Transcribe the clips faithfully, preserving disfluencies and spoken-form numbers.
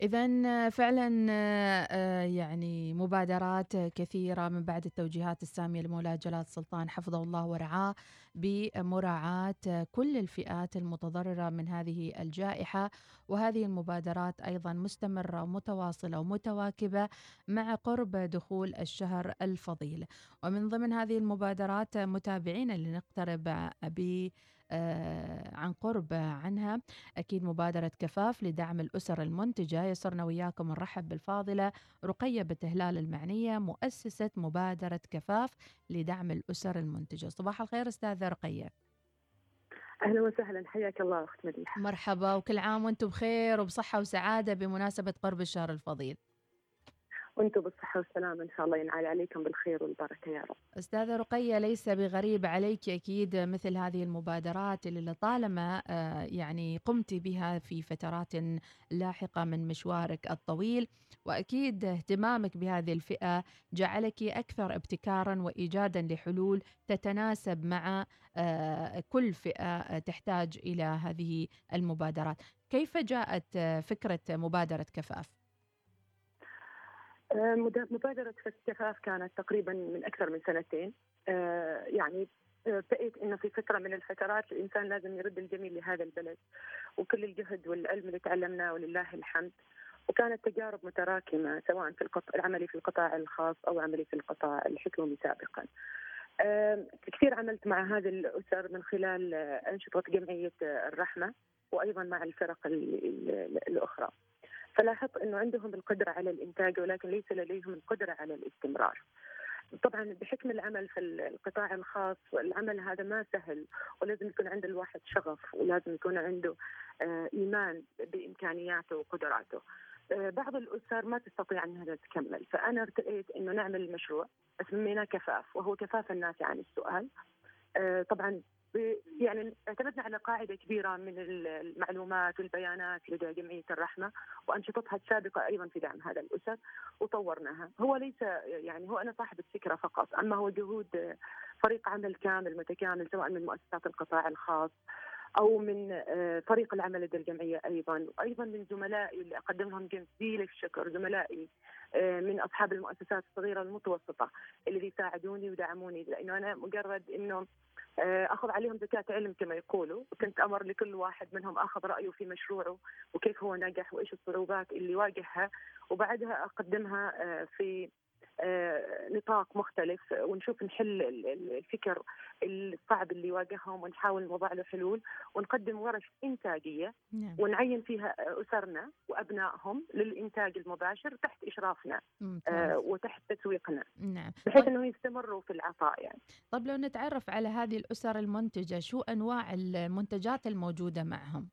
إذًا فعلًا آآ يعني مبادرات كثيرة من بعد التوجيهات السامية لمولاي جلالة السلطان حفظه الله ورعاه بمراعاة كل الفئات المتضررة من هذه الجائحة، وهذه المبادرات أيضًا مستمرة ومتواصلة ومتواكبة مع قرب دخول الشهر الفضيل. ومن ضمن هذه المبادرات متابعينا اللي نقترب ب آآ عن قرب عنها أكيد مبادرة كفاف لدعم الأسر المنتجة. يسرنا وياكم نرحب بالفاضلة رقية بتهلال المعنية مؤسسة مبادرة كفاف لدعم الأسر المنتجة. صباح الخير أستاذة رقية. أهلا وسهلا، حياك الله أخت مديحة. مرحبا وكل عام وانتم بخير وبصحة وسعادة بمناسبة قرب الشهر الفضيل. وأنتم بالصحة والسلامة، إن شاء الله ينعاد عليكم بالخير والبركة يا رب. أستاذة رقية، ليس بغريب عليك أكيد مثل هذه المبادرات اللي لطالما آه، يعني قمت بها في فترات لاحقة من مشوارك الطويل، وأكيد اهتمامك بهذه الفئة جعلك أكثر ابتكارا وإيجادا لحلول تتناسب مع آه، كل فئة تحتاج إلى هذه المبادرات. كيف جاءت آه، فكرة مبادرة كفاف؟ آه، مد- مبادرة كفاف كانت تقريبا من أكثر من سنتين. آه، يعني آه، بقيت انه في فتره من الفترات الانسان لازم يرد الجميل لهذا البلد، وكل الجهد والعلم اللي تعلمناه ولله الحمد. وكانت تجارب متراكمه سواء في القطاع العملي في القطاع الخاص او عملي في القطاع الحكومي سابقا. آه، كثير عملت مع هذه الاسر من خلال آه، انشطه جمعيه آه، الرحمه، وايضا مع الفرق ال- ال- الاخرى. فلاحظت انه عندهم القدره على الانتاج ولكن ليس لديهم القدره على الاستمرار. طبعا بحكم العمل في القطاع الخاص، العمل هذا ما سهل، ولازم يكون عند الواحد شغف، ولازم يكون عنده آه، ايمان بامكانياته وقدراته. آه، بعض الاسر ما تستطيع انها تكمل، فانا ارتئيت انه نعمل مشروع سميناه كفاف، وهو كفاف الناس عن السؤال. آه، طبعا ب- يعني اعتمدنا على قاعدة كبيرة من المعلومات والبيانات لدى جمعية الرحمة وأنشطتها السابقة أيضا في دعم هذا الأسر، وطورناها. هو ليس يعني هو أنا صاحبة فكرة فقط، أما هو جهود فريق عمل كامل متكامل سواء من مؤسسات القطاع الخاص او من آه، فريق العمل لدى الجمعيه ايضا، وايضا من زملائي اللي اقدم لهم جزيل الشكر، زملائي آه، من اصحاب المؤسسات الصغيره والمتوسطه اللي بيساعدوني ودعموني، لانه انا مجرد انه آه، اخذ عليهم زكاه علم كما يقولوا، وكنت امر لكل واحد منهم اخذ رايه في مشروعه وكيف هو نجح وايش الصعوبات اللي واجهها، وبعدها اقدمها آه، في آه، نطاق مختلف، ونشوف نحل ال- ال- الفكر الصعب اللي يواجههم ونحاول نوضع له حلول، ونقدم ورش إنتاجية نعم. ونعين فيها أسرنا وأبنائهم للإنتاج المباشر تحت إشرافنا آه، ممتاز. وتحت تسويقنا، نعم. بحيث أنه يستمروا في العطاء يعني. طب لو نتعرف على هذه الأسر المنتجة، شو أنواع المنتجات الموجودة معهم؟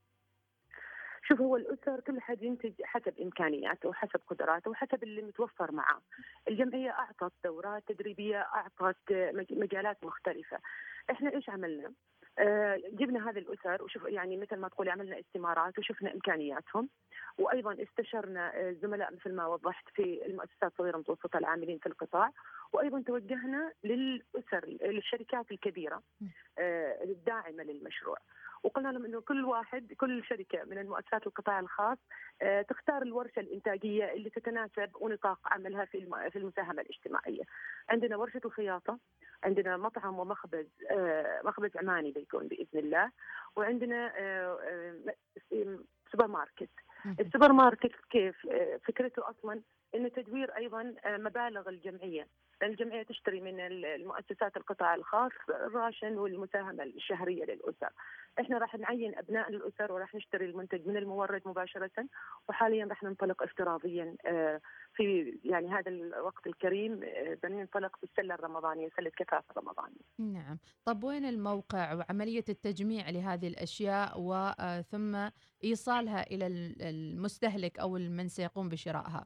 شوف، هو الأسر كل حد ينتج حسب إمكانياته وحسب قدراته وحسب اللي متوفر معه. الجمعية أعطت دورات تدريبية، أعطت مج- مجالات مختلفة. إحنا إيش عملنا؟ آه، جبنا هذه الأسر وشوف يعني مثل ما تقولي عملنا استمارات وشفنا إمكانياتهم، وأيضا استشرنا آه، زملاء مثل ما وضحت في المؤسسات الصغيرة المتوسطة العاملين في القطاع، وأيضا توجهنا للأسر للشركات الكبيرة مم. آه، الداعمة للمشروع، وقلنا لهم انه كل واحد كل شركه من المؤسسات القطاع الخاص آه، تختار الورشه الانتاجيه اللي تتناسب ونطاق عملها في الم- في المساهمه الاجتماعيه. عندنا ورشه الخياطه، عندنا مطعم ومخبز آه، مخبز عماني بيكون باذن الله، وعندنا آه، آه، سوبر ماركت. مهم. السوبر ماركت كيف آه، فكرته اصلا انه تدوير ايضا آه، مبالغ الجمعيه، لأن الجمعيه تشتري من المؤسسات القطاع الخاص الراشن والمساهمه الشهريه للاسر. احنا راح نعين ابناء الاسر وراح نشتري المنتج من المورد مباشره، وحاليا راح ننطلق افتراضيا آه، في يعني هذا الوقت الكريم آه، بننطلق في السله الرمضانيه، سله كفاف رمضانيه. نعم. طب وين الموقع وعملية التجميع لهذه الأشياء وثم إيصالها إلى ال- المستهلك أو من سيقوم بشرائها؟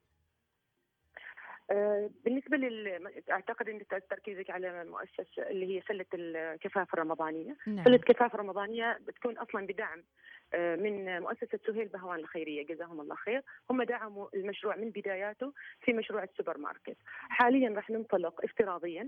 آه، بالنسبة لل أعتقد أن تركيزك على مؤسسة اللي هي سلة الكفاف الرمضانية. سلة نعم. كفاف رمضانية بتكون أصلا بدعم آه، من مؤسسة سهيل بهوان الخيرية، جزاهم الله خير. هم دعموا المشروع من بداياته في مشروع السوبر ماركت. حاليا راح ننطلق افتراضيا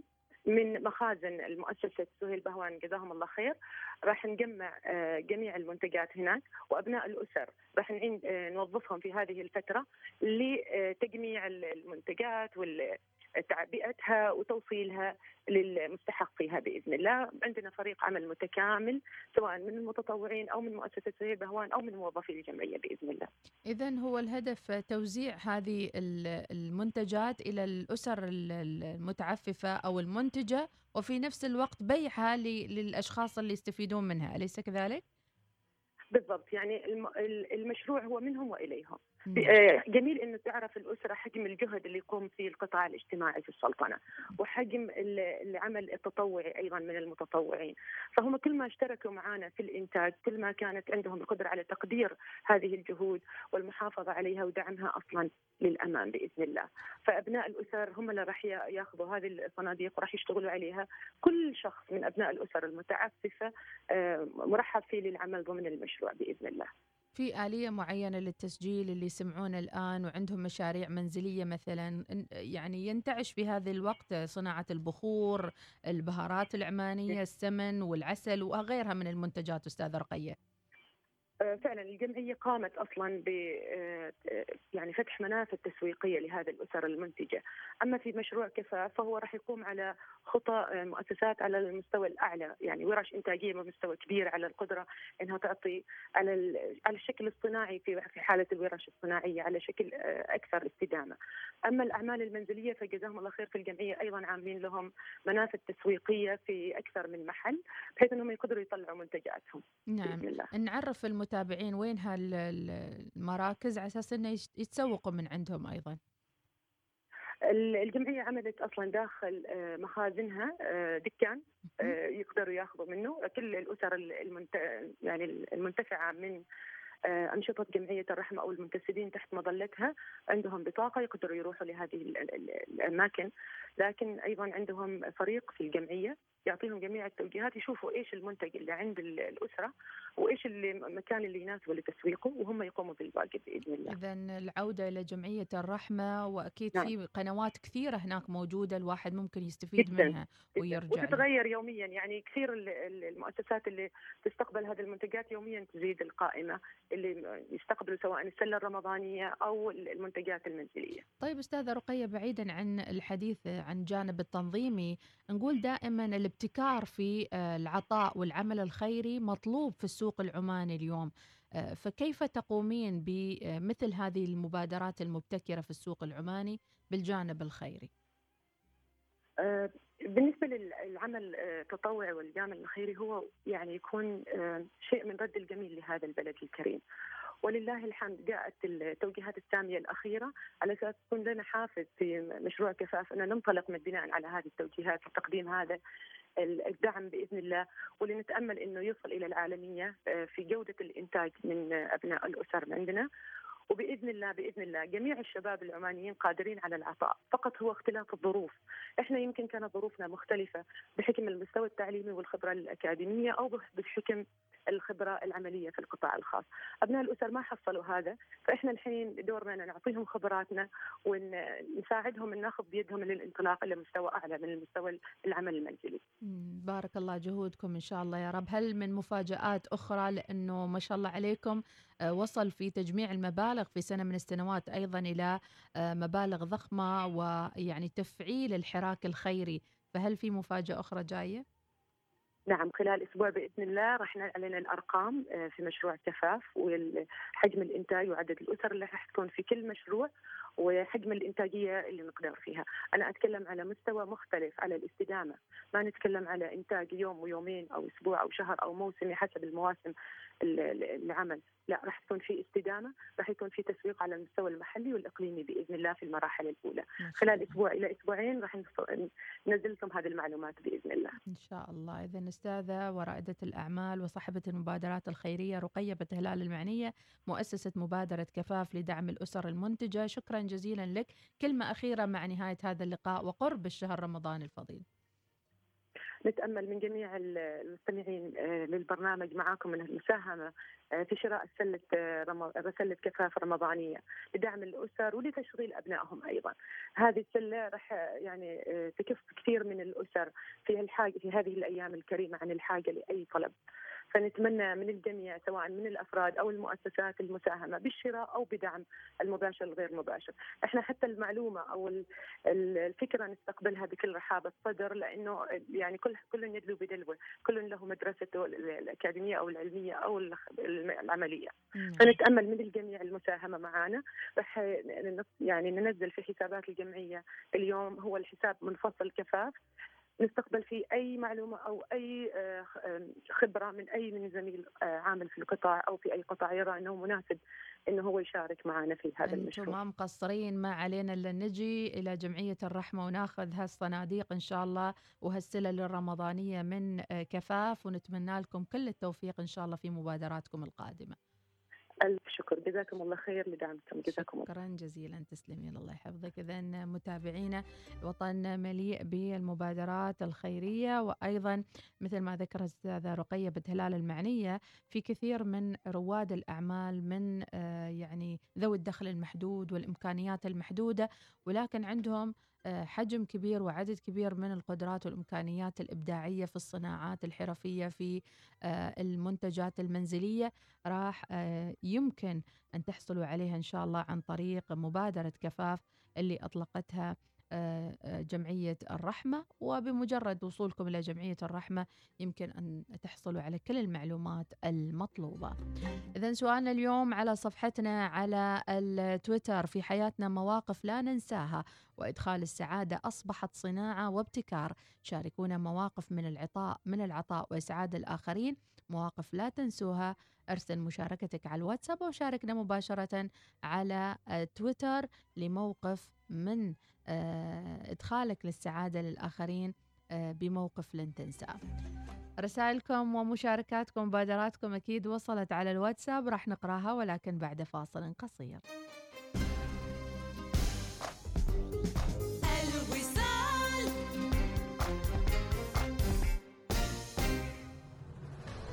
من مخازن المؤسسة سهيل بهوان جزاهم الله خير. راح نجمع آه، جميع المنتجات هناك، وأبناء الأسر راح نعين- آه، نوظفهم في هذه الفترة لتجميع المنتجات وتعبئتها وتوصيلها للمستحق فيها بإذن الله. عندنا فريق عمل متكامل سواء من المتطوعين أو من مؤسسة سهيل بهوان أو من موظفي الجمعية بإذن الله. إذن هو الهدف توزيع هذه ال- المنتجات إلى الأسر ال- ال- المتعففة أو المنتجة، وفي نفس الوقت بيعها ل- للأشخاص اللي يستفيدون منها، أليس كذلك؟ بالضبط، يعني الم- ال- المشروع هو منهم وإليهم. نعم. آه، جميل انه تعرف الاسره حجم الجهد اللي يقوم فيه القطاع الاجتماعي في السلطنه، وحجم ال- العمل التطوعي ايضا من المتطوعين. فهم كل ما اشتركوا معنا في الانتاج كل ما كانت عندهم القدره على تقدير هذه الجهود والمحافظه عليها ودعمها اصلا للامام باذن الله. فابناء الاسر هم اللي راح ياخذوا هذه الصناديق وراح يشتغلوا عليها. كل شخص من ابناء الاسر المتعففه آه، مرحب فيه للعمل ضمن المشروع باذن الله. في آلية معينة للتسجيل اللي يسمعون الآن وعندهم مشاريع منزلية مثلا، إن- يعني ينتعش في هذا الوقت صناعة البخور، البهارات العمانية، السمن والعسل وغيرها من المنتجات أستاذة رقية؟ آه، فعلا الجمعية قامت أصلا ب آه، يعني فتح منافذ تسويقية لهذه الأسر المنتجة. أما في مشروع كفاف فهو راح يقوم على خطى آه، مؤسسات على المستوى الأعلى، يعني ورش إنتاجية بمستوى كبير على القدرة أنها تعطي على ال- على الشكل الصناعي في في حالة الورش الصناعية على شكل آه، أكثر استدامة. أما الأعمال المنزلية فجزاهم الله خير في الجمعية أيضا عاملين لهم منافذ تسويقية في أكثر من محل بحيث أنهم يقدروا يطلعوا منتجاتهم نعم. بإذن الله. نعرف المتابعين وين هالمراكز على أساس أنه يش- يتسوقوا من عندهم أيضا. الجمعية عملت أصلا داخل آه، مخازنها آه، دكان مهم. آه، يقدروا ياخذوا منه كل الأسر المنت... يعني المنتفعة من آه، أنشطة جمعية الرحمة أو المنتسبين تحت مظلتها عندهم بطاقة يقدروا يروحوا لهذه ال- ال- الأماكن. لكن أيضا عندهم فريق في الجمعية يعطيهم جميع التوجيهات، يشوفوا إيش المنتج اللي عند ال- الأسرة وإيش اللي المكان اللي يناسبه لتسويقه، وهم يقوموا بالباقي بإذن الله. إذا العودة إلى جمعية الرحمة، وأكيد نعم. في قنوات كثيرة هناك موجودة الواحد ممكن يستفيد جدا منها جدا ويرجع لها. وتتغير يوميا، يعني كثير ال- ال- المؤسسات اللي تستقبل هذه المنتجات يوميا تزيد القائمة اللي يستقبلوا سواء السلة الرمضانية أو المنتجات المنزلية. طيب أستاذة رقية، بعيدا عن الحديث عن جانب التنظيمي، نقول دائما الابتكار في آه، العطاء والعمل الخيري مطلوب في السوق العماني اليوم. آه، فكيف تقومين بمثل هذه المبادرات المبتكرة في السوق العماني بالجانب الخيري؟ آه، بالنسبة للعمل آه، التطوعي والعمل الخيري هو يعني يكون آه، شيء من رد الجميل لهذا البلد الكريم، ولله الحمد جاءت التوجيهات السامية الأخيرة على أساس تكون لنا حافز في مشروع كفاف أن ننطلق من بناء على هذه التوجيهات وتقديم هذا الدعم بإذن الله، ولنتأمل أنه يصل إلى العالمية آه، في جودة الإنتاج من آه، أبناء الأسر عندنا. وباذن الله باذن الله جميع الشباب العمانيين قادرين على العطاء، فقط هو اختلاف الظروف. احنا يمكن كانت ظروفنا مختلفه بحكم المستوى التعليمي والخبره الاكاديميه او بحكم الخبره العمليه في القطاع الخاص. ابناء الاسر ما حصلوا هذا، فاحنا الحين دورنا ان نعطيهم خبراتنا ونساعدهم ان ناخذ بيدهم للانطلاق الى مستوى اعلى من المستوى العمل المنزلي. مم، بارك الله جهودكم إن شاء الله يا رب. هل من مفاجآت أخرى، لأنه ما شاء الله عليكم آه، وصل في تجميع المبالغ في سنة من السنوات أيضا إلى آه، مبالغ ضخمة، ويعني تفعيل الحراك الخيري، فهل في مفاجأة أخرى جاية؟ نعم، خلال أسبوع بإذن الله راح نعلن الأرقام آه، في مشروع كفاف وحجم الإنتاج وعدد الأسر اللي راح تكون في كل مشروع وحجم الإنتاجية اللي نقدر فيها. أنا أتكلم على مستوى مختلف على الاستدامة، ما نتكلم على إنتاج يوم ويومين أو أسبوع أو شهر أو موسمي حسب المواسم ال- ال- العمل، لا راح تكون في استدامة، راح يكون في تسويق على المستوى المحلي والإقليمي بإذن الله في المراحل الأولى. ما شاء خلال الله. أسبوع إلى أسبوعين راح نف- ننزل لكم هذه المعلومات بإذن الله. إن شاء الله. إذا أستاذة ورائدة الأعمال وصاحبة المبادرات الخيرية رقية بتهلال المعنية، مؤسسة مبادرة كفاف لدعم الأسر المنتجة، شكرا جزيلا لك. كلمة أخيرة مع نهاية هذا اللقاء وقرب الشهر رمضان الفضيل. نتأمل من جميع المستمعين للبرنامج معاكم من المساهمة في شراء سلة سلة كفاف رمضانية لدعم الأسر ولتشغيل أبنائهم أيضا. هذه السلة راح يعني تكف كثير من الأسر في الحاجة في هذه الأيام الكريمة عن الحاجة لأي طلب. فنتمنى من الجميع سواء من الافراد او المؤسسات المساهمه بالشراء او بدعم المباشر الغير مباشر. احنا حتى المعلومه او الفكره نستقبلها بكل رحابه صدر، لانه يعني كل كل يدلو بدلوه، كل له مدرسته الاكاديميه او العلميه او العمليه. فنتامل من الجميع المساهمه معنا. رح يعني ننزل في حسابات الجمعيه اليوم هو الحساب منفصل كفاف، نستقبل فيه أي معلومة أو أي خبرة من أي من زميل عامل في القطاع أو في أي قطاع يرى أنه مناسب أنه هو يشارك معنا في هذا المشروع. أنتم ما مقصرين، ما علينا إلا نجي إلى جمعية الرحمة وناخذ هالصناديق إن شاء الله وهالسلل الرمضانية من كفاف، ونتمنى لكم كل التوفيق إن شاء الله في مبادراتكم القادمة. ألف شكر، جزاكم الله خير لدعمكم. جزاكم شكرا الله. جزيلا، تسلمين، الله يحفظك. إذن متابعينا، وطن مليء بالمبادرات الخيرية، وأيضا مثل ما ذكرت الأستاذة رقية بنت هلال المعنية في كثير من رواد الأعمال من آه يعني ذوي الدخل المحدود والإمكانيات المحدودة، ولكن عندهم حجم كبير وعدد كبير من القدرات والإمكانيات الإبداعية في الصناعات الحرفية، في المنتجات المنزلية، راح يمكن أن تحصلوا عليها إن شاء الله عن طريق مبادرة كفاف اللي أطلقتها جمعية الرحمة. وبمجرد وصولكم إلى جمعية الرحمة يمكن أن تحصلوا على كل المعلومات المطلوبة. إذن سؤالنا اليوم على صفحتنا على التويتر: في حياتنا مواقف لا ننساها وإدخال السعادة أصبحت صناعة وابتكار. شاركونا مواقف من العطاء من العطاء وإسعاد الآخرين، مواقف لا تنسوها. أرسل مشاركتك على الواتساب أو شاركنا مباشرة على تويتر لموقف من إدخالك للسعادة للآخرين بموقف لن تنساه. رسائلكم ومشاركاتكم ومبادراتكم أكيد وصلت على الواتساب، راح نقراها ولكن بعد فاصل قصير.